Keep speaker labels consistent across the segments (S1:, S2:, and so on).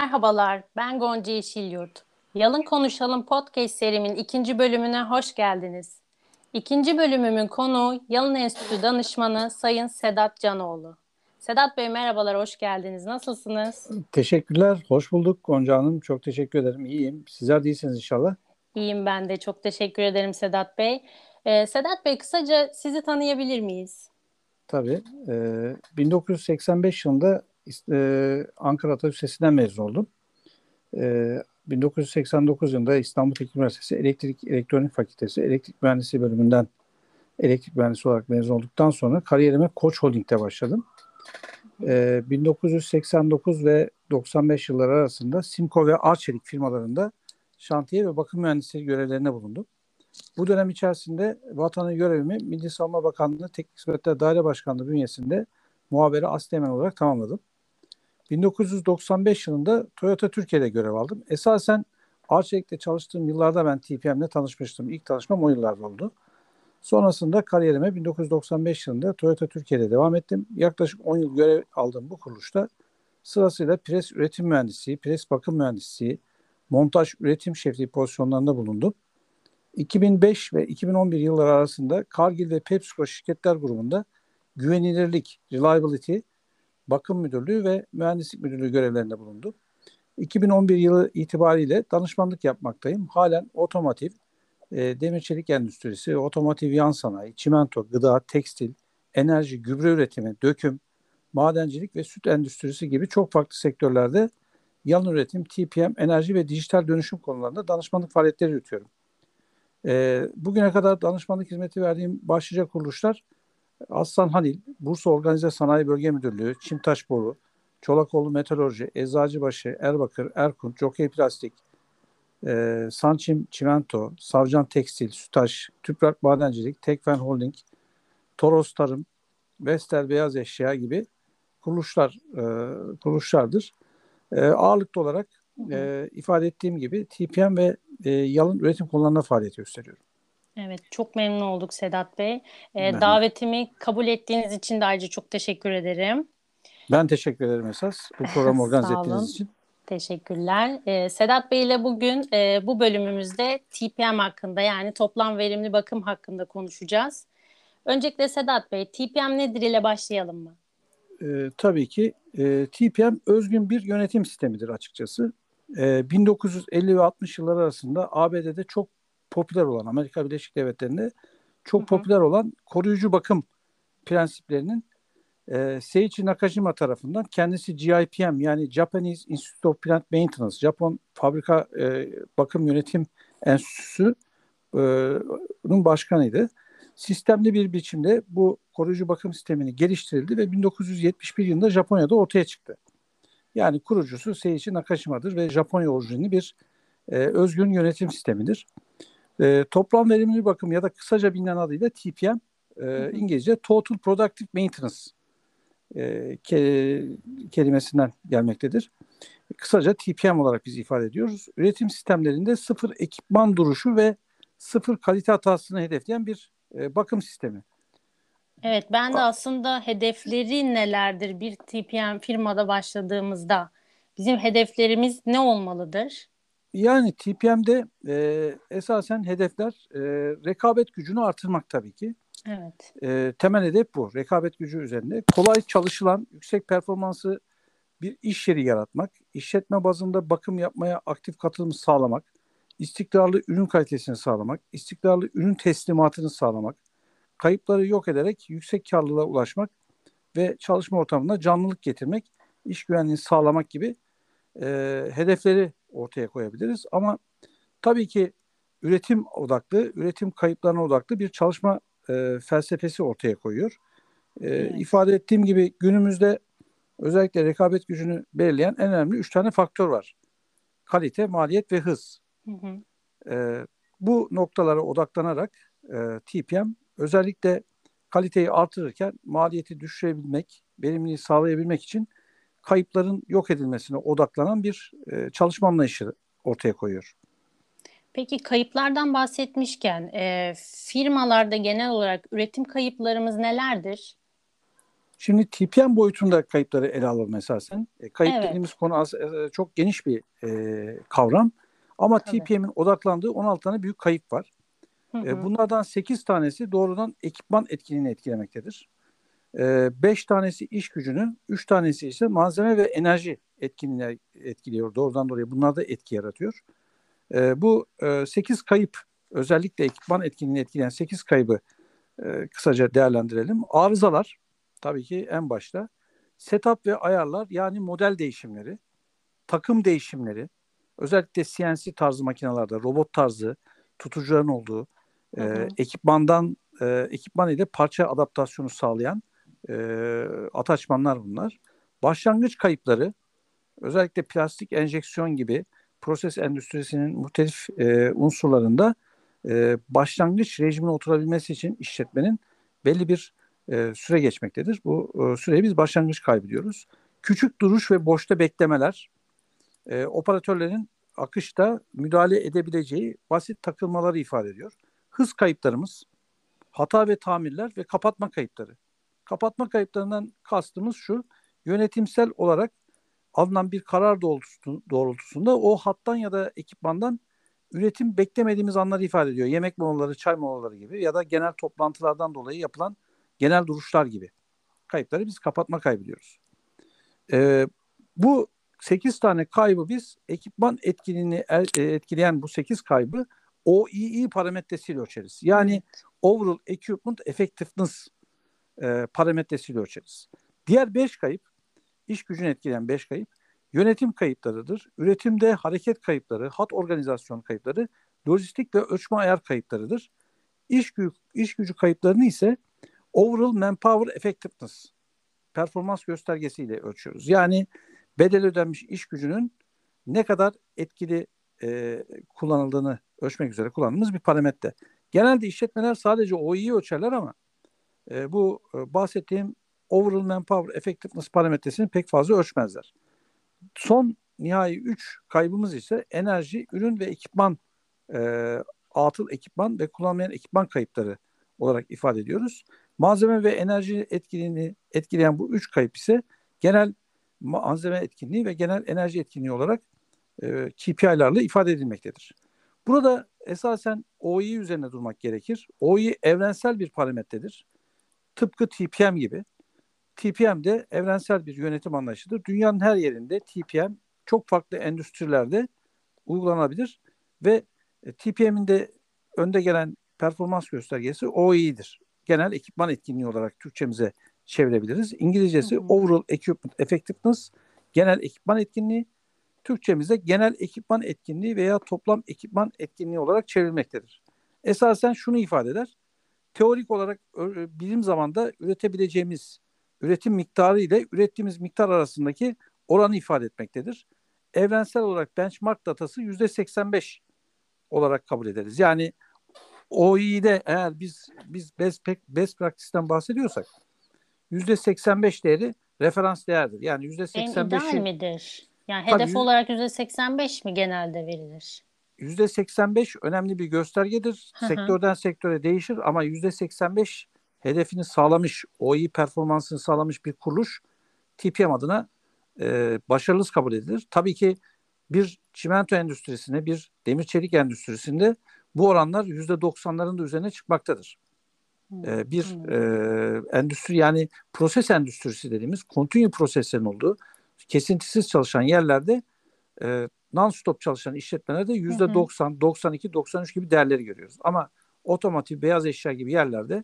S1: Merhabalar, ben Gonca Yeşilyurt. Yalın Konuşalım podcast serimin ikinci bölümüne hoş geldiniz. İkinci bölümümün konuğu Yalın Enstitü danışmanı Sayın Sedat Canoğlu. Sedat Bey merhabalar, hoş geldiniz. Nasılsınız?
S2: Teşekkürler. Hoş bulduk Gonca Hanım. Çok teşekkür ederim. İyiyim. Sizler de iyisiniz inşallah.
S1: İyiyim ben de. Çok teşekkür ederim Sedat Bey. Sedat Bey kısaca sizi tanıyabilir miyiz?
S2: Tabii. 1985 yılında Ankara Atatürk Lisesi'nden mezun oldum. 1989 yılında İstanbul Teknik Üniversitesi Elektrik Elektronik Fakültesi Elektrik Mühendisliği bölümünden elektrik mühendisi olarak mezun olduktan sonra kariyerime Koç Holding'de başladım. 1989 ve 95 yılları arasında Simco ve Arçelik firmalarında şantiye ve bakım mühendisliği görevlerine bulundum. Bu dönem içerisinde vatana görevimi Milli Savunma Bakanlığı Teknik Hizmetler Daire Başkanlığı bünyesinde muhabere asteğmen olarak tamamladım. 1995 yılında Toyota Türkiye'de görev aldım. Esasen Arçelik'te çalıştığım yıllarda ben TPM'le tanışmıştım. İlk tanışmam o yıllarda oldu. Sonrasında kariyerime 1995 yılında Toyota Türkiye'de devam ettim. Yaklaşık 10 yıl görev aldığım bu kuruluşta sırasıyla pres üretim mühendisliği, pres bakım mühendisliği, montaj üretim şefliği pozisyonlarında bulundum. 2005 ve 2011 yılları arasında Cargill ve PepsiCo şirketler grubunda güvenilirlik, reliability, bakım müdürlüğü ve mühendislik müdürlüğü görevlerinde bulundum. 2011 yılı itibariyle danışmanlık yapmaktayım. Halen otomotiv, demir çelik endüstrisi, otomotiv yan sanayi, çimento, gıda, tekstil, enerji, gübre üretimi, döküm, madencilik ve süt endüstrisi gibi çok farklı sektörlerde yan üretim, TPM, enerji ve dijital dönüşüm konularında danışmanlık faaliyetleri yürütüyorum. Bugüne kadar danışmanlık hizmeti verdiğim başlıca kuruluşlar Aslan Halil, Bursa Organize Sanayi Bölge Müdürlüğü, Çimtaş Boru, Çolakoğlu Metalurji, Eczacıbaşı, Erbakır, Erkunt, Jockey Plastik, Sançim Çimento, Savcan Tekstil, Sütaş, Tüprak Madencilik, Tekfen Holding, Toros Tarım, Vestel Beyaz Eşya gibi kuruluşlardır. Ağırlıklı olarak ifade ettiğim gibi TPM ve yalın üretim konularında faaliyet gösteriyorum.
S1: Evet, çok memnun olduk Sedat Bey.
S2: Ben,
S1: Davetimi kabul ettiğiniz için de ayrıca çok teşekkür ederim.
S2: ben teşekkür ederim esas bu programı organize
S1: Sağ
S2: ettiğiniz
S1: olun.
S2: için.
S1: Teşekkürler. Sedat Bey ile bugün bu bölümümüzde TPM hakkında yani toplam verimli bakım hakkında konuşacağız. Öncelikle Sedat Bey, TPM nedir ile başlayalım mı?
S2: Tabii ki TPM özgün bir yönetim sistemidir açıkçası. 1950 ve 60 yılları arasında ABD'de çok popüler olan, Amerika Birleşik Devletleri'nde
S1: Hı
S2: çok
S1: hı.
S2: popüler olan koruyucu bakım prensiplerinin Seiichi Nakajima tarafından kendisi GIPM yani Japanese Institute of Plant Maintenance, Japon Fabrika Bakım Yönetim Enstitüsü'nün başkanıydı. Sistemli bir biçimde bu koruyucu bakım sistemini geliştirildi ve 1971 yılında Japonya'da ortaya çıktı. Yani kurucusu Seiichi Nakajima'dır ve Japonya orijinli bir özgün yönetim sistemidir. Toplam verimli bakım ya da kısaca bilinen adıyla TPM,
S1: Hı hı.
S2: İngilizce Total Productive Maintenance kelimesinden gelmektedir. Kısaca TPM olarak biz ifade ediyoruz. Üretim sistemlerinde sıfır ekipman duruşu ve sıfır kalite hatasını hedefleyen bir bakım sistemi.
S1: Evet, ben de aslında hedefleri nelerdir bir TPM firmada başladığımızda? Bizim hedeflerimiz ne olmalıdır?
S2: Yani TPM'de esasen hedefler rekabet gücünü artırmak tabii ki.
S1: Evet.
S2: Temel hedef bu. Rekabet gücü üzerinde. Kolay çalışılan, yüksek performansı bir iş yeri yaratmak, işletme bazında bakım yapmaya aktif katılım sağlamak, istikrarlı ürün kalitesini sağlamak, istikrarlı ürün teslimatını sağlamak, kayıpları yok ederek yüksek karlılığa ulaşmak ve çalışma ortamında canlılık getirmek, iş güvenliğini sağlamak gibi hedefleri ortaya koyabiliriz. Ama tabii ki üretim odaklı, üretim kayıplarına odaklı bir çalışma felsefesi ortaya koyuyor.
S1: Evet.
S2: İfade ettiğim gibi günümüzde özellikle rekabet gücünü belirleyen en önemli 3 tane faktör var. Kalite, maliyet ve hız.
S1: Hı hı.
S2: Bu noktalara odaklanarak TPM özellikle kaliteyi artırırken maliyeti düşürebilmek, verimliliği sağlayabilmek için kayıpların yok edilmesine odaklanan bir çalışma anlayışı ortaya koyuyor.
S1: Peki kayıplardan bahsetmişken firmalarda genel olarak üretim kayıplarımız nelerdir?
S2: Şimdi TPM boyutunda kayıpları ele alalım esasen. Kayıp dediğimiz
S1: Evet.
S2: konu çok geniş bir kavram. Ama
S1: Tabii.
S2: TPM'in odaklandığı 16 tane büyük kayıp var.
S1: Hı hı.
S2: Bunlardan 8 tanesi doğrudan ekipman etkinliğini etkilemektedir. 5 tanesi iş gücünü, 3 tanesi ise malzeme ve enerji etkinliğini etkiliyor. Doğrudan doğruya bunlar da etki yaratıyor. Bu 8 kayıp, özellikle ekipman etkinliğini etkileyen 8 kaybı kısaca değerlendirelim. Arızalar, tabii ki en başta. Setup ve ayarlar, yani model değişimleri, takım değişimleri, özellikle CNC tarzı makinelerde, robot tarzı tutucuların olduğu,
S1: Hı hı.
S2: ekipman ile parça adaptasyonu sağlayan ataçmanlar bunlar. Başlangıç kayıpları, özellikle plastik enjeksiyon gibi proses endüstrisinin muhtelif unsurlarında başlangıç rejimine oturabilmesi için işletmenin belli bir süre geçmektedir. Bu süreyi biz başlangıç kaybı diyoruz. Küçük duruş ve boşta beklemeler, operatörlerin akışta müdahale edebileceği basit takılmaları ifade ediyor. Hız kayıplarımız, hata ve tamirler ve kapatma kayıpları. Kapatma kayıplarından kastımız şu: yönetimsel olarak alınan bir karar doğrultusunda o hattan ya da ekipmandan üretim beklemediğimiz anları ifade ediyor. Yemek molaları, çay molaları gibi ya da genel toplantılardan dolayı yapılan genel duruşlar gibi kayıpları biz kapatma kaybı diyoruz. Ee, Bu 8 tane kaybı biz ekipman etkinliğini etkileyen bu 8 kaybı OEE parametresiyle ölçeriz. Yani
S1: Evet.
S2: Overall Equipment Effectiveness parametresiyle ölçeriz. Diğer 5 kayıp, iş gücünü etkileyen 5 kayıp, yönetim kayıplarıdır. Üretimde hareket kayıpları, hat organizasyon kayıpları, lojistik ve ölçme ayar kayıplarıdır. İş gücü kayıplarını ise Overall Manpower Effectiveness performans göstergesiyle ölçüyoruz. Yani bedel ödenmiş iş gücünün ne kadar etkili kullanıldığını ölçmek üzere kullandığımız bir parametre. Genelde işletmeler sadece OE'yi ölçerler ama bu bahsettiğim Overall Manpower Effectiveness parametresini pek fazla ölçmezler. Son nihai 3 kaybımız ise enerji, ürün ve ekipman, atıl ekipman ve kullanmayan ekipman kayıpları olarak ifade ediyoruz. Malzeme ve enerji etkinliğini etkileyen bu 3 kayıp ise genel malzeme etkinliği ve genel enerji etkinliği olarak KPI'larla ifade edilmektedir. Burada esasen OEE üzerine durmak gerekir. OEE evrensel bir parametredir. Tıpkı TPM gibi. TPM de evrensel bir yönetim anlayışıdır. Dünyanın her yerinde TPM çok farklı endüstrilerde uygulanabilir ve TPM'in de önde gelen performans göstergesi OEE'dir. Genel ekipman etkinliği olarak Türkçemize çevirebiliriz.
S1: Hı
S2: İngilizcesi
S1: hı.
S2: Overall Equipment Effectiveness, genel ekipman etkinliği. Türkçemize genel ekipman etkinliği veya toplam ekipman etkinliği olarak çevrilmektedir. Esasen şunu ifade eder: teorik olarak birim zamanda üretebileceğimiz üretim miktarı ile ürettiğimiz miktar arasındaki oranı ifade etmektedir. Evrensel olarak benchmark datası %85 olarak kabul ederiz. Yani OEE'de eğer biz best practice'ten bahsediyorsak %85 değeri referans değerdir. Yani
S1: En ideal
S2: %85'i
S1: midir? Yani hedef
S2: tabii
S1: olarak %85 mi genelde verilir?
S2: %85 önemli bir göstergedir.
S1: Hı hı.
S2: Sektörden sektöre değişir ama %85 hedefini sağlamış, OEE performansını sağlamış bir kuruluş TPM adına başarılı kabul edilir. Tabii ki bir çimento endüstrisinde, bir demir çelik endüstrisinde bu oranlar %90'ların da üzerine çıkmaktadır.
S1: Hı,
S2: Bir
S1: anladım.
S2: endüstri, yani proses endüstrisi dediğimiz continue proseslerin olduğu, kesintisiz çalışan yerlerde, non-stop çalışan işletmelerde
S1: Hı hı.
S2: %90, 92, 93 gibi değerleri görüyoruz. Ama otomotiv, beyaz eşya gibi yerlerde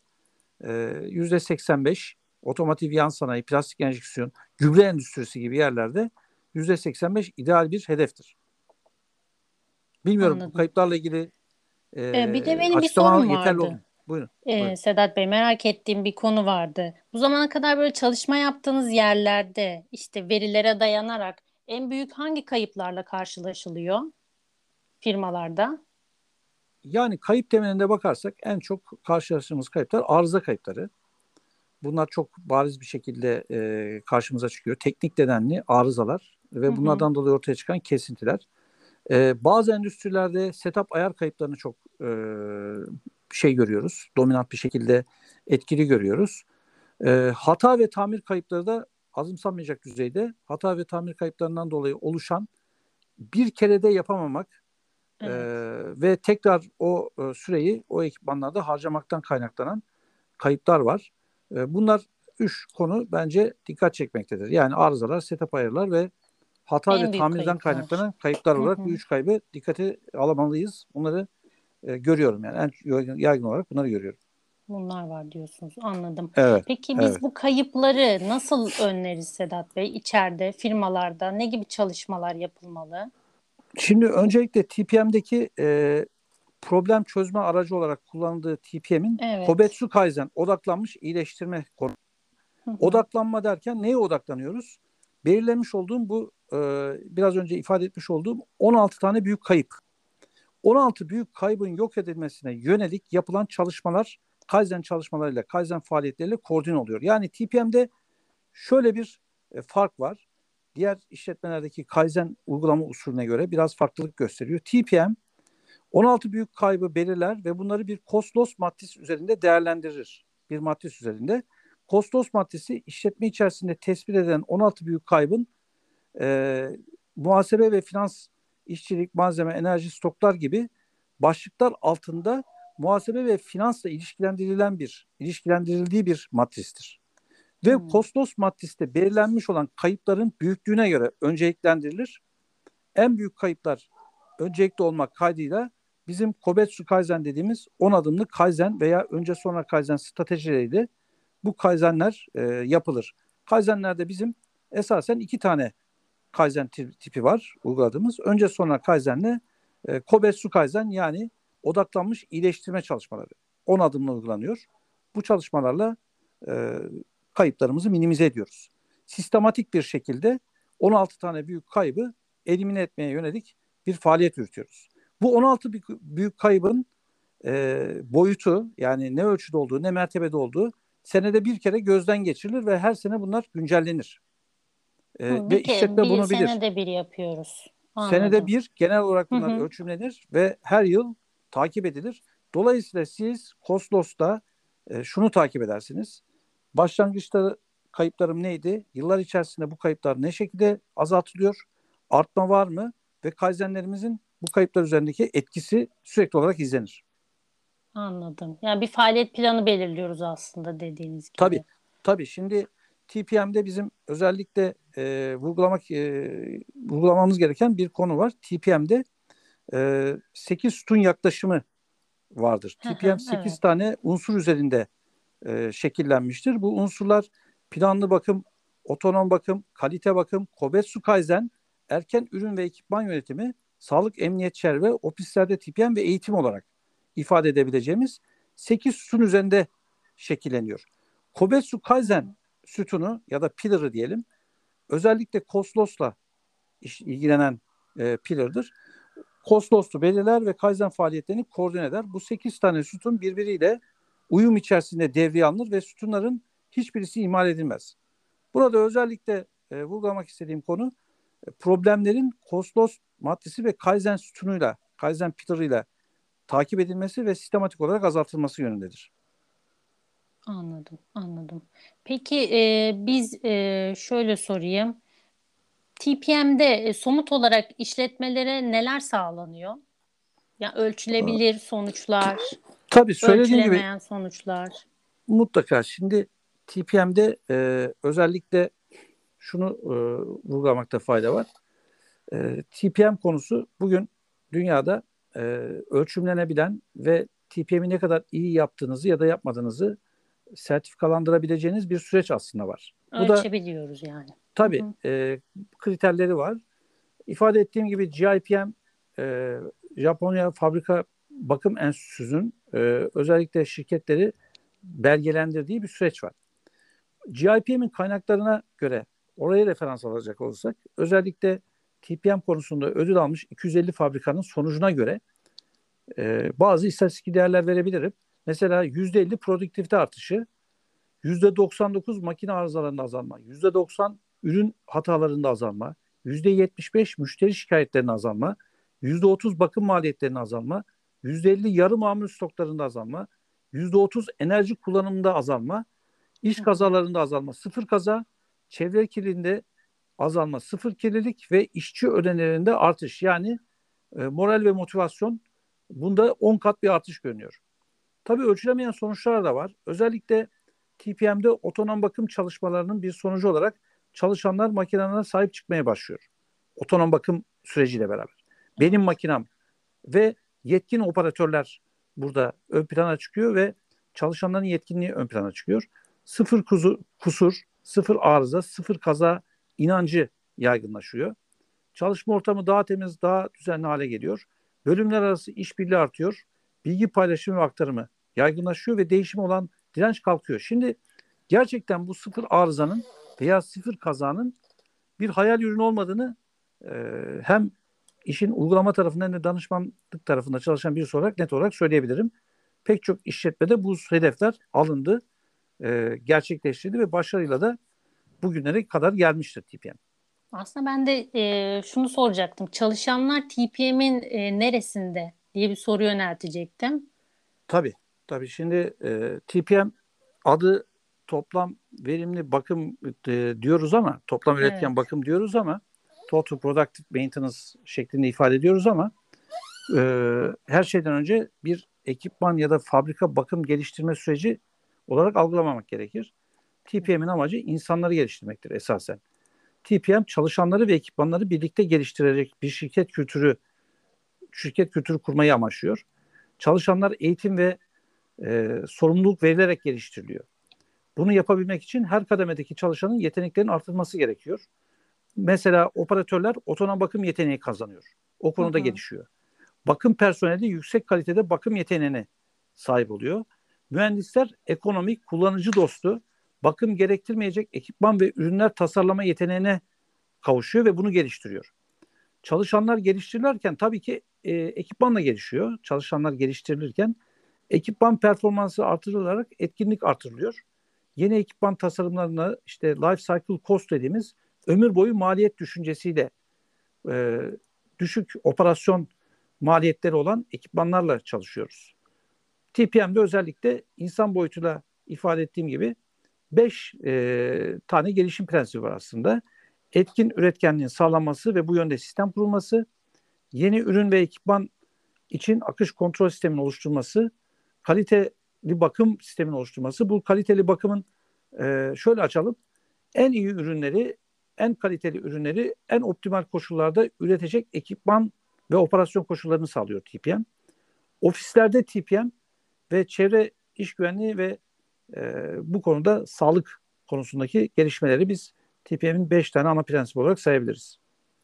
S2: %85, otomotiv, yan sanayi, plastik enjeksiyon, gübre endüstrisi gibi yerlerde %85 ideal bir hedeftir. Bilmiyorum, bu
S1: Anladım.
S2: kayıplarla ilgili
S1: Bir de benim bir
S2: açıklama
S1: sorum
S2: yeterli oldu
S1: vardı.
S2: mu? Buyurun, buyurun.
S1: Sedat Bey, merak ettiğim bir konu vardı. Bu zamana kadar böyle çalışma yaptığınız yerlerde işte verilere dayanarak en büyük hangi kayıplarla karşılaşılıyor firmalarda?
S2: Yani kayıp temelinde bakarsak en çok karşılaştığımız kayıplar arıza kayıpları. Bunlar çok bariz bir şekilde karşımıza çıkıyor. Teknik nedenli arızalar
S1: Hı
S2: ve
S1: hı.
S2: bunlardan dolayı ortaya çıkan kesintiler. Bazı endüstrilerde setup ayar kayıplarını çok görüyoruz. Dominant bir şekilde etkili görüyoruz. Hata ve tamir kayıpları da azımsanmayacak düzeyde. Hata ve tamir kayıplarından dolayı oluşan bir kerede yapamamak
S1: Evet.
S2: ve tekrar o süreyi o ekipmanlarda harcamaktan kaynaklanan kayıplar var. Bunlar üç konu bence dikkat çekmektedir. Yani arızalar, setup ayarlar ve hata ve
S1: En büyük
S2: tamirden
S1: kayıplar.
S2: kaynaklanan kayıplar
S1: Hı
S2: olarak
S1: hı.
S2: bu üç kaybı dikkate alamalıyız. Bunları görüyorum yani en yaygın olarak bunları görüyorum.
S1: Bunlar var diyorsunuz. Anladım.
S2: Evet,
S1: Peki biz
S2: evet.
S1: bu kayıpları nasıl önleriz Sedat Bey? İçeride, firmalarda ne gibi çalışmalar yapılmalı?
S2: Şimdi öncelikle TPM'deki problem çözme aracı olarak kullanıldığı TPM'in
S1: Evet.
S2: Kobetsu Kaizen odaklanmış iyileştirme konu.
S1: Hı hı.
S2: Odaklanma derken neye odaklanıyoruz? Belirlemiş olduğum bu biraz önce ifade etmiş olduğum 16 tane büyük kayıp. 16 büyük kaybın yok edilmesine yönelik yapılan çalışmalar Kaizen çalışmalarıyla, Kaizen faaliyetleriyle koordine oluyor. Yani TPM'de şöyle bir fark var. Diğer işletmelerdeki Kaizen uygulama usulüne göre biraz farklılık gösteriyor. TPM 16 büyük kaybı belirler ve bunları bir cost-loss matrisi üzerinde değerlendirir. Bir matris üzerinde. Cost-loss matrisi işletme içerisinde tespit edilen 16 büyük kaybın e, muhasebe ve finans, işçilik, malzeme, enerji, stoklar gibi başlıklar altında muhasebe ve finansla ilişkilendirildiği bir matristir. Ve
S1: Hı.
S2: Kostos maddesinde belirlenmiş olan kayıpların büyüklüğüne göre önceliklendirilir. En büyük kayıplar öncelikli olmak kaydıyla bizim Kobetsu Kaizen dediğimiz 10 adımlı Kaizen veya önce sonra Kaizen stratejileriyle bu Kaizenler yapılır. Kaizenlerde bizim esasen iki tane Kaizen tipi var uyguladığımız. Önce sonra Kaizen'le Kobetsu Kaizen yani odaklanmış iyileştirme çalışmaları 10 adımla uygulanıyor. Bu çalışmalarla e, kayıplarımızı minimize ediyoruz. Sistematik bir şekilde 16 tane büyük kaybı elimine etmeye yönelik bir faaliyet yürütüyoruz. Bu 16 büyük kaybın boyutu yani ne ölçüde olduğu ne mertebede olduğu senede bir kere gözden geçirilir ve her sene bunlar güncellenir.
S1: Hı,
S2: Ve işletme
S1: bir
S2: bunu bilir.
S1: senede bir yapıyoruz.
S2: Senede
S1: Anladım.
S2: bir genel olarak
S1: Hı
S2: bunlar
S1: hı.
S2: ölçümlenir ve her yıl takip edilir. Dolayısıyla siz Koslos'ta şunu takip edersiniz. Başlangıçta kayıplarım neydi? Yıllar içerisinde bu kayıplar ne şekilde azaltılıyor? Artma var mı? Ve Kaizenlerimizin bu kayıplar üzerindeki etkisi sürekli olarak izlenir.
S1: Anladım. Yani bir faaliyet planı belirliyoruz aslında dediğiniz
S2: Tabii,
S1: gibi.
S2: tabii. Şimdi TPM'de bizim özellikle vurgulamamız gereken bir konu var. TPM'de 8 sütun yaklaşımı vardır.
S1: Hı
S2: TPM
S1: hı,
S2: 8
S1: evet.
S2: tane unsur üzerinde şekillenmiştir. Bu unsurlar planlı bakım, otonom bakım, kalite bakım, Kobetsu Kaizen, erken ürün ve ekipman yönetimi, sağlık, emniyet, çevre, ofislerde TPM ve eğitim olarak ifade edebileceğimiz 8 sütun üzerinde şekilleniyor. Kobetsu Kaizen
S1: Hı.
S2: sütunu ya da pillar'ı diyelim özellikle Koslos'la ilgilenen pillar'dır. Koslos'u belirler ve Kaizen faaliyetlerini koordine eder. Bu 8 tane sütun birbiriyle uyum içerisinde devreye alınır ve sütunların hiçbirisi ihmal edilmez. Burada özellikle vurgulamak istediğim konu problemlerin Koslos maddesi ve Kaizen sütunuyla, Kaizen pillarıyla takip edilmesi ve sistematik olarak azaltılması yönündedir.
S1: Anladım, anladım. Peki biz şöyle sorayım. TPM'de somut olarak işletmelere neler sağlanıyor? Yani ölçülebilir sonuçlar,
S2: Tabii söylediğim gibi
S1: ölçülemeyen sonuçlar.
S2: mutlaka şimdi TPM'de özellikle şunu vurgulamakta fayda var. TPM konusu bugün dünyada e, ölçümlenebilen ve TPM'i ne kadar iyi yaptığınızı ya da yapmadığınızı sertifikalandırabileceğiniz bir süreç aslında var. Bu da
S1: Ölçebiliyoruz yani. Hı
S2: tabii
S1: hı.
S2: kriterleri var. İfade ettiğim gibi GIPM Japonya Fabrika Bakım Enstitüsü'nün özellikle şirketleri belgelendirdiği bir süreç var. GIPM'in kaynaklarına göre oraya referans alacak olursak özellikle TPM konusunda ödül almış 250 fabrikanın sonucuna göre bazı istatistik değerler verebilirim. Mesela %50 produktivite artışı, %99 makine arızalarında azalma, %90 ürün hatalarında azalma, %75 müşteri şikayetlerinde azalma, %30 bakım maliyetlerinde azalma, %50 yarı mamul stoklarında azalma, %30 enerji kullanımında azalma İş
S1: Hı hı.
S2: kazalarında azalma, sıfır kaza, çevre kirliliğinde azalma, sıfır kirlilik ve işçi ödenelerinde artış. Yani moral ve motivasyon bunda 10 kat bir artış görünüyor. Tabii ölçülemeyen sonuçlar da var. Özellikle TPM'de otonom bakım çalışmalarının bir sonucu olarak çalışanlar makinelerine sahip çıkmaya başlıyor. Otonom bakım süreciyle beraber. Benim
S1: Evet.
S2: makinem ve yetkin operatörler burada ön plana çıkıyor ve çalışanların yetkinliği ön plana çıkıyor. Sıfır kusur, sıfır arıza, sıfır kaza inancı yaygınlaşıyor. Çalışma ortamı daha temiz, daha düzenli hale geliyor. Bölümler arası işbirliği artıyor. Bilgi paylaşımı ve aktarımı yaygınlaşıyor ve değişime olan direnç kalkıyor. Şimdi gerçekten bu sıfır arızanın veya sıfır kazanın bir hayal ürünü olmadığını hem işin uygulama tarafında hem de danışmanlık tarafında çalışan birisi olarak net olarak söyleyebilirim. Pek çok işletmede bu hedefler alındı, gerçekleştirildi ve başarıyla da bugünlere kadar gelmiştir TPM.
S1: Aslında ben de şunu soracaktım. Çalışanlar TPM'in neresinde diye bir soru yöneltecektim.
S2: Tabii, tabii. Şimdi TPM adı toplam verimli bakım diyoruz ama toplam üretken
S1: Evet.
S2: bakım diyoruz ama Total Productive Maintenance şeklinde ifade ediyoruz ama her şeyden önce bir ekipman ya da fabrika bakım geliştirme süreci olarak algılamamak gerekir. TPM'in amacı insanları geliştirmektir esasen. TPM çalışanları ve ekipmanları birlikte geliştirerek bir şirket kültürü kurmayı amaçlıyor. Çalışanlar eğitim ve sorumluluk verilerek geliştiriliyor. Bunu yapabilmek için her kademedeki çalışanın yeteneklerinin artırılması gerekiyor. Mesela operatörler otonom bakım yeteneği kazanıyor. O
S1: Hı
S2: konuda
S1: hı.
S2: gelişiyor. Bakım personeli yüksek kalitede bakım yeteneğine sahip oluyor. Mühendisler ekonomik, kullanıcı dostu, bakım gerektirmeyecek ekipman ve ürünler tasarlama yeteneğine kavuşuyor ve bunu geliştiriyor. Çalışanlar geliştirilirken tabii ki ekipmanla gelişiyor. Çalışanlar geliştirilirken ekipman performansı artırılarak etkinlik artırılıyor. Yeni ekipman tasarımlarına işte life cycle cost dediğimiz ömür boyu maliyet düşüncesiyle e, düşük operasyon maliyetleri olan ekipmanlarla çalışıyoruz. TPM'de özellikle insan boyutuyla ifade ettiğim gibi 5 tane gelişim prensibi var aslında. Etkin üretkenliğin sağlanması ve bu yönde sistem kurulması, yeni ürün ve ekipman için akış kontrol sisteminin oluşturulması, kaliteli bakım sisteminin oluşturulması. Bu kaliteli bakımın şöyle açalım. En iyi ürünleri, en kaliteli ürünleri en optimal koşullarda üretecek ekipman ve operasyon koşullarını sağlıyor TPM. Ofislerde TPM ve çevre iş güvenliği ve bu konuda sağlık konusundaki gelişmeleri biz TPM'in 5 tane ana prensibi olarak sayabiliriz.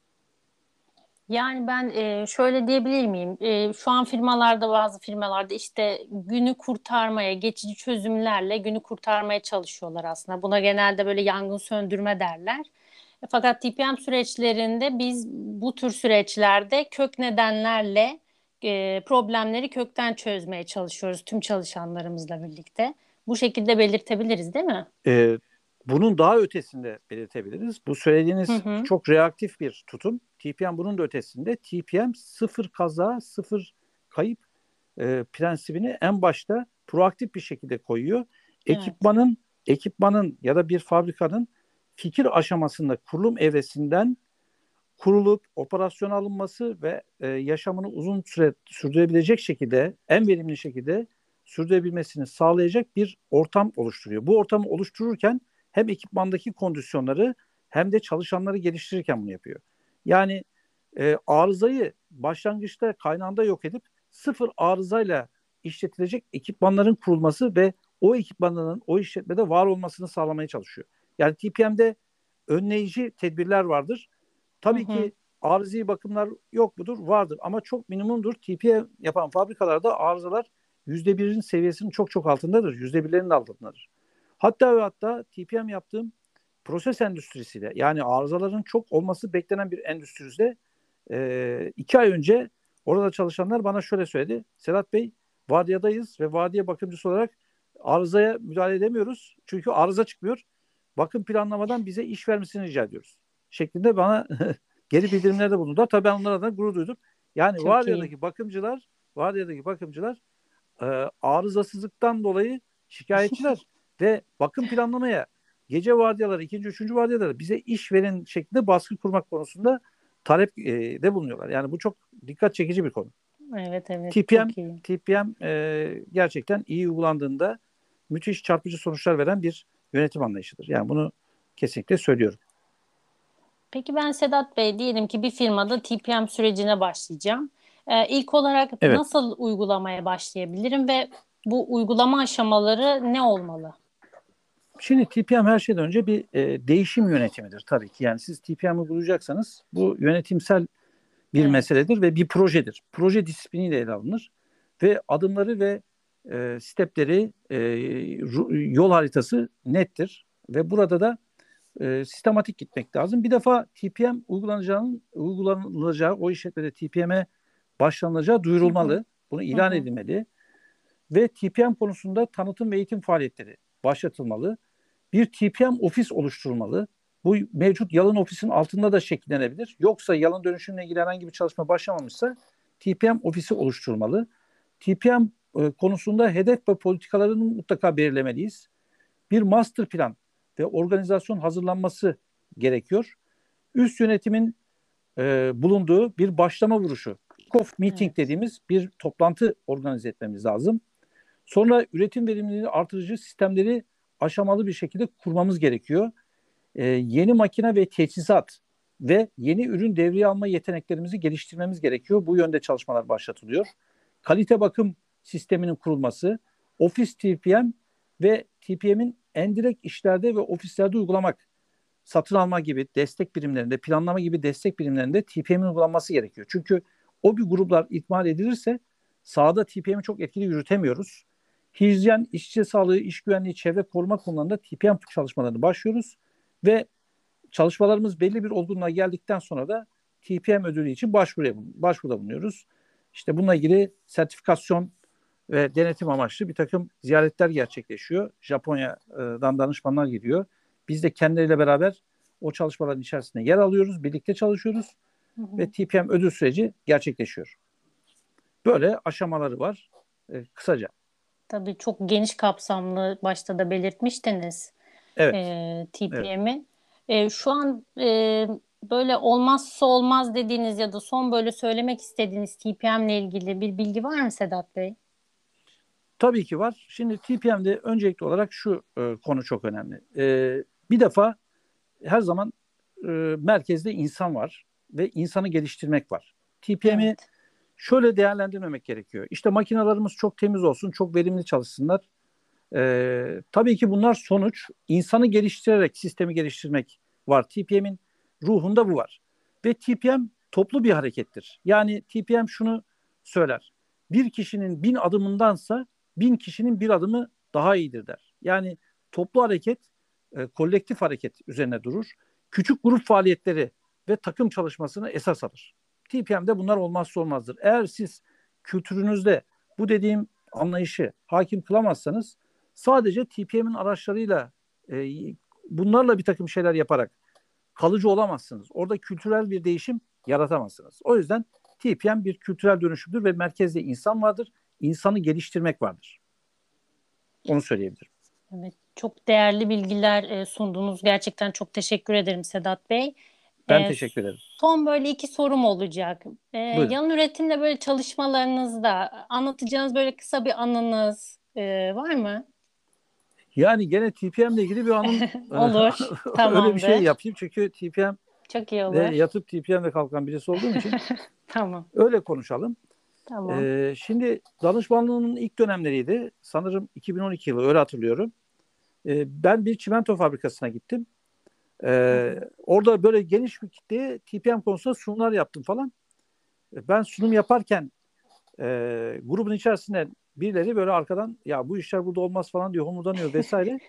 S1: Yani ben şöyle diyebilir miyim? Şu an bazı firmalarda işte günü kurtarmaya, geçici çözümlerle günü kurtarmaya çalışıyorlar aslında. Buna genelde böyle yangın söndürme derler. Fakat TPM süreçlerinde biz bu tür süreçlerde kök nedenlerle problemleri kökten çözmeye çalışıyoruz tüm çalışanlarımızla birlikte. Bu şekilde belirtebiliriz, değil mi?
S2: E, Bunun daha ötesinde belirtebiliriz. Bu
S1: Hı
S2: söylediğiniz
S1: hı.
S2: çok reaktif bir tutum. TPM bunun da ötesinde. TPM sıfır kaza, sıfır kayıp prensibini en başta proaktif bir şekilde koyuyor.
S1: Evet.
S2: Ekipmanın ya da bir fabrikanın fikir aşamasında kurulum evresinden kurulup operasyona alınması ve yaşamını uzun süre sürdürebilecek şekilde, en verimli şekilde sürdürebilmesini sağlayacak bir ortam oluşturuyor. Bu ortamı oluştururken hem ekipmandaki kondisyonları hem de çalışanları geliştirirken bunu yapıyor. Yani arızayı başlangıçta kaynağında yok edip sıfır arızayla işletilecek ekipmanların kurulması ve o ekipmanların o işletmede var olmasını sağlamaya çalışıyor. Yani TPM'de önleyici tedbirler vardır.
S1: Hı
S2: Tabii
S1: hı.
S2: ki arızi bakımlar yok mudur? Vardır ama çok minimumdur. TPM yapan fabrikalarda arızalar %1'in seviyesinin çok çok altındadır. %1'lerin de altındadır. Hatta ve hatta TPM yaptığım proses endüstrisiyle yani arızaların çok olması beklenen bir endüstride 2 ay önce orada çalışanlar bana şöyle söyledi. Sedat Bey vardiyadayız ve vardiya bakımcısı olarak arızaya müdahale edemiyoruz. Çünkü arıza çıkmıyor. Bakım planlamadan bize iş vermesini rica ediyoruz. Şeklinde bana geri bildirimlerde bulundular. Tabii ben onlara da gurur duydum. Yani
S1: Çok iyi.
S2: vardiyadaki bakımcılar arızasızlıktan dolayı şikayetçiler. ve bakım planlamaya gece vardiyaları, ikinci, üçüncü vardiyaları bize iş verin şeklinde baskı kurmak konusunda talep de bulunuyorlar. Yani bu çok dikkat çekici bir konu.
S1: Evet, evet,
S2: TPM,
S1: çok iyi.
S2: TPM gerçekten iyi uygulandığında müthiş çarpıcı sonuçlar veren bir yönetim anlayışıdır. Yani bunu kesinlikle söylüyorum.
S1: Peki ben Sedat Bey, diyelim ki bir firmada TPM sürecine başlayacağım. İlk olarak
S2: Evet.
S1: nasıl uygulamaya başlayabilirim ve bu uygulama aşamaları ne olmalı?
S2: Şimdi TPM her şeyden önce bir değişim yönetimidir tabii ki. Yani siz TPM uygulayacaksanız bu yönetimsel bir
S1: Evet.
S2: meseledir ve bir projedir. Proje disipliniyle ele alınır ve adımları ve stepleri, yol haritası nettir ve burada da sistematik gitmek lazım. Bir defa TPM uygulanılacağı o işletmede TPM'e başlanılacağı
S1: Hı hı,
S2: duyurulmalı. Bunu
S1: hı
S2: ilan
S1: hı.
S2: edilmeli ve TPM konusunda tanıtım ve eğitim faaliyetleri başlatılmalı. Bir TPM ofis oluşturulmalı. Bu mevcut yalın ofisin altında da şekillenebilir. Yoksa yalın dönüşümle ilgili herhangi bir çalışma başlamamışsa TPM ofisi oluşturulmalı. TPM konusunda hedef ve politikalarını mutlaka belirlemeliyiz. Bir master plan ve organizasyon hazırlanması gerekiyor. Üst yönetimin bulunduğu bir başlama vuruşu, kick-off meeting
S1: Evet.
S2: dediğimiz bir toplantı organize etmemiz lazım. Sonra üretim verimliliğini artırıcı sistemleri aşamalı bir şekilde kurmamız gerekiyor. Yeni makine ve teçhizat ve yeni ürün devreye alma yeteneklerimizi geliştirmemiz gerekiyor. Bu yönde çalışmalar başlatılıyor. Kalite bakım sisteminin kurulması, ofis TPM ve TPM'in endirekt işlerde ve ofislerde uygulamak, satın alma gibi destek birimlerinde, planlama gibi destek birimlerinde TPM'in uygulanması gerekiyor. Çünkü o bir gruplar ihmal edilirse sahada TPM'i çok etkili yürütemiyoruz. Hijyen, işçi sağlığı, iş güvenliği, çevre koruma konularında TPM çalışmalarını başlıyoruz ve çalışmalarımız belli bir olgunluğa geldikten sonra da TPM ödülü için başvuruda bulunuyoruz. İşte bununla ilgili sertifikasyon ve denetim amaçlı bir takım ziyaretler gerçekleşiyor. Japonya'dan danışmanlar gidiyor. Biz de kendileriyle beraber o çalışmaların içerisinde yer alıyoruz, birlikte çalışıyoruz
S1: Hı
S2: ve
S1: hı.
S2: TPM ödül süreci gerçekleşiyor. Böyle aşamaları var kısaca.
S1: Tabii çok geniş kapsamlı, başta da belirtmiştiniz
S2: Evet, evet.
S1: TPM'i. Şu an böyle olmazsa olmaz dediğiniz ya da son böyle söylemek istediğiniz TPM ile ilgili bir bilgi var mı Sedat Bey?
S2: Tabii ki var. Şimdi TPM'de öncelikli olarak şu konu çok önemli. Bir defa her zaman merkezde insan var ve insanı geliştirmek var. TPM'i
S1: Evet.
S2: şöyle değerlendirmemek gerekiyor. İşte makinelerimiz çok temiz olsun, çok verimli çalışsınlar. Tabii ki bunlar sonuç. İnsanı geliştirerek sistemi geliştirmek var. TPM'in ruhunda bu var. Ve TPM toplu bir harekettir. Yani TPM şunu söyler. Bir kişinin 1000 adımındansa 1000 kişinin bir adımı daha iyidir der. Yani toplu hareket, kolektif hareket üzerine durur. Küçük grup faaliyetleri ve takım çalışmasını esas alır. TPM'de bunlar olmazsa olmazdır. Eğer siz kültürünüzde bu dediğim anlayışı hakim kılamazsanız sadece TPM'in araçlarıyla e, bunlarla bir takım şeyler yaparak kalıcı olamazsınız. Orada kültürel bir değişim yaratamazsınız. O yüzden TPM bir kültürel dönüşümdür ve merkezde insan vardır. İnsanı geliştirmek vardır. Onu söyleyebilirim.
S1: Evet, çok değerli bilgiler sundunuz. Gerçekten çok teşekkür ederim Sedat Bey.
S2: Ben teşekkür ederim.
S1: Son böyle iki sorum olacak.
S2: Buyurun.
S1: Yalın üretimle böyle çalışmalarınızda anlatacağınız böyle kısa bir anınız var mı?
S2: Yani gene TPM ile ilgili bir anım
S1: Olur,
S2: öyle bir şey
S1: tamamdır.
S2: yapayım. Çünkü
S1: Çok iyi
S2: TPM'de
S1: olur.
S2: yatıp TPM'de kalkan birisi olduğum için
S1: Tamam,
S2: öyle konuşalım.
S1: tamam.
S2: Şimdi danışmanlığının ilk dönemleriydi. Sanırım 2012 yılı öyle hatırlıyorum. Ben bir çimento fabrikasına gittim.
S1: Hı hı.
S2: Orada böyle geniş bir kitleye TPM konusunda sunumlar yaptım falan. Ben sunum yaparken grubun içerisinde birileri böyle arkadan ya bu işler burada olmaz falan diyor, homurdanıyor vesaire.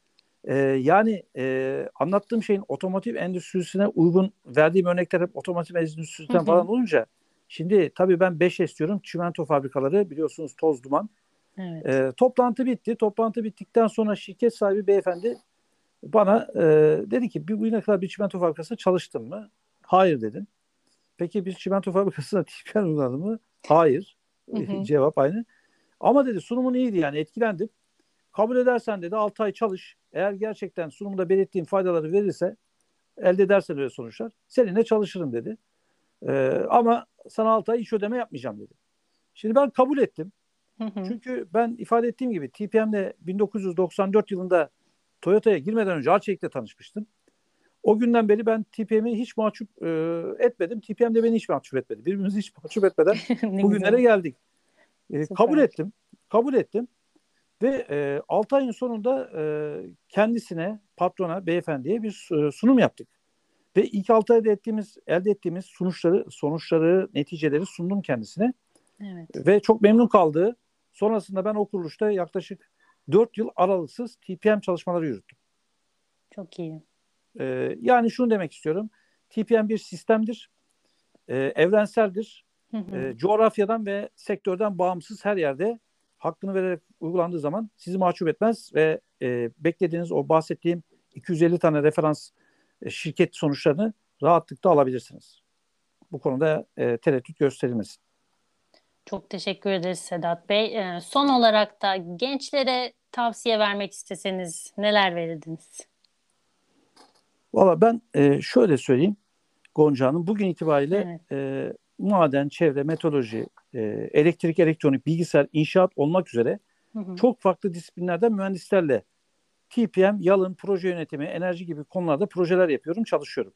S2: Yani anlattığım şeyin otomotiv endüstrisine uygun verdiğim örnekler hep otomotiv
S1: Hı
S2: endüstrisinden
S1: hı.
S2: falan olunca şimdi tabii ben 5S diyorum. Çimento fabrikaları biliyorsunuz toz duman.
S1: Evet.
S2: Toplantı bitti. Toplantı bittikten sonra şirket sahibi beyefendi bana dedi ki bugüne kadar bir çimento fabrikasında çalıştın mı? Hayır dedim. Peki bir çimento fabrikasına TPM uyguladın mı? Hayır.
S1: Hı hı.
S2: Cevap aynı. Ama dedi sunumun iyiydi yani etkilendim. Kabul edersen dedi 6 ay çalış. Eğer gerçekten sunumda belirttiğim faydaları verirse, elde edersen öyle sonuçlar, seninle çalışırım dedi. Ama sana 6 ay hiç ödeme yapmayacağım dedi. Şimdi ben kabul ettim.
S1: Hı hı.
S2: Çünkü ben ifade ettiğim gibi TPM'le 1994 yılında Toyota'ya girmeden önce Arçelik'le tanışmıştım. O günden beri ben TPM'i hiç mahcup etmedim. TPM de beni hiç mahcup etmedi. Birbirimizi hiç mahcup etmeden
S1: Ne güzel.
S2: bugünlere geldik. Kabul
S1: Süper.
S2: ettim. Kabul ettim. Ve 6 ayın sonunda kendisine, patrona, beyefendiye bir sunum yaptık. Ve ilk 6 ayda elde ettiğimiz sonuçları, neticeleri sundum kendisine.
S1: Evet.
S2: Ve çok memnun kaldı. Sonrasında ben o kuruluşta yaklaşık 4 yıl aralıksız TPM çalışmaları yürüttüm.
S1: Çok iyi.
S2: Yani şunu demek istiyorum. TPM bir sistemdir, evrenseldir.
S1: Hı hı.
S2: Coğrafyadan ve sektörden bağımsız her yerde hakkını vererek uygulandığı zaman sizi mahcup etmez ve beklediğiniz o bahsettiğim 250 tane referans şirket sonuçlarını rahatlıkla alabilirsiniz. Bu konuda tereddüt gösterilmesin.
S1: Çok teşekkür ederiz Sedat Bey. Son olarak da gençlere tavsiye vermek isteseniz neler verirdiniz?
S2: Valla ben şöyle söyleyeyim Gonca Hanım. Bugün itibariyle
S1: Evet.
S2: maden, çevre, meteoroloji, elektrik, elektronik, bilgisayar, inşaat olmak üzere
S1: Hı hı.
S2: çok farklı disiplinlerden mühendislerle TPM, yalın, proje yönetimi, enerji gibi konularda projeler yapıyorum, çalışıyorum.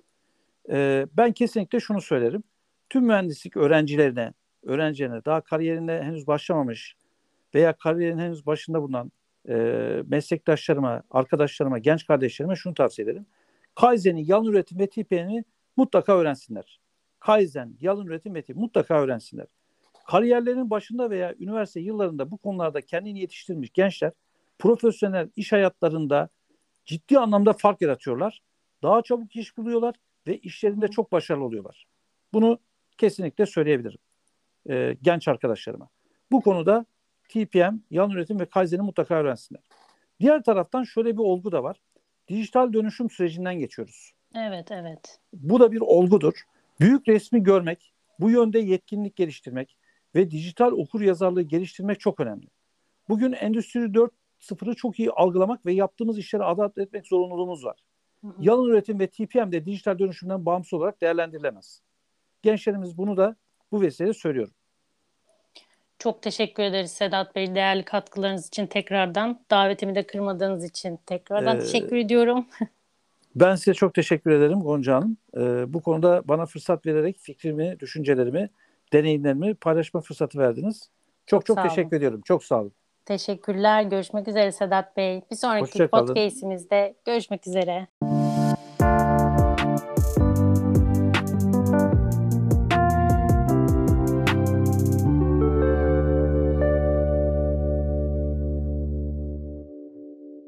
S2: Ben kesinlikle şunu söylerim. Tüm mühendislik öğrencilerine daha kariyerinde henüz başlamamış veya kariyerin henüz başında bulunan meslektaşlarıma, arkadaşlarıma, genç kardeşlerime şunu tavsiye ederim. Kaizen'i, yalın üretim ve TPM'i mutlaka öğrensinler. Kaizen, yalın üretim ve TPM mutlaka öğrensinler. Kariyerlerinin başında veya üniversite yıllarında bu konularda kendini yetiştirmiş gençler profesyonel iş hayatlarında ciddi anlamda fark yaratıyorlar. Daha çabuk iş buluyorlar ve işlerinde çok başarılı oluyorlar. Bunu kesinlikle söyleyebilirim genç arkadaşlarıma. Bu konuda TPM, yalın üretim ve Kaizen'i mutlaka öğrensinler. Diğer taraftan şöyle bir olgu da var. Dijital dönüşüm sürecinden geçiyoruz.
S1: Evet, evet.
S2: Bu da bir olgudur. Büyük resmi görmek, bu yönde yetkinlik geliştirmek ve dijital okuryazarlığı geliştirmek çok önemli. Bugün Endüstri 4.0'ı çok iyi algılamak ve yaptığımız işleri adapte etmek zorunluluğumuz var.
S1: Hı hı.
S2: Yalın üretim ve TPM de dijital dönüşümden bağımsız olarak değerlendirilemez. Gençlerimiz bunu da bu vesileyle söylüyorum.
S1: Çok teşekkür ederiz Sedat Bey. Değerli katkılarınız için tekrardan, davetimi de kırmadığınız için tekrardan
S2: Ee,
S1: teşekkür ediyorum.
S2: Ben size çok teşekkür ederim Gonca Hanım. Bu konuda bana fırsat vererek fikrimi, düşüncelerimi, deneyimlerimi paylaşma fırsatı verdiniz. Çok
S1: Çok
S2: çok
S1: sağ olun.
S2: teşekkür ediyorum. Çok sağ olun.
S1: Teşekkürler. Görüşmek üzere Sedat Bey. Bir sonraki
S2: Hoşça kalın.
S1: podcast'imizde görüşmek üzere.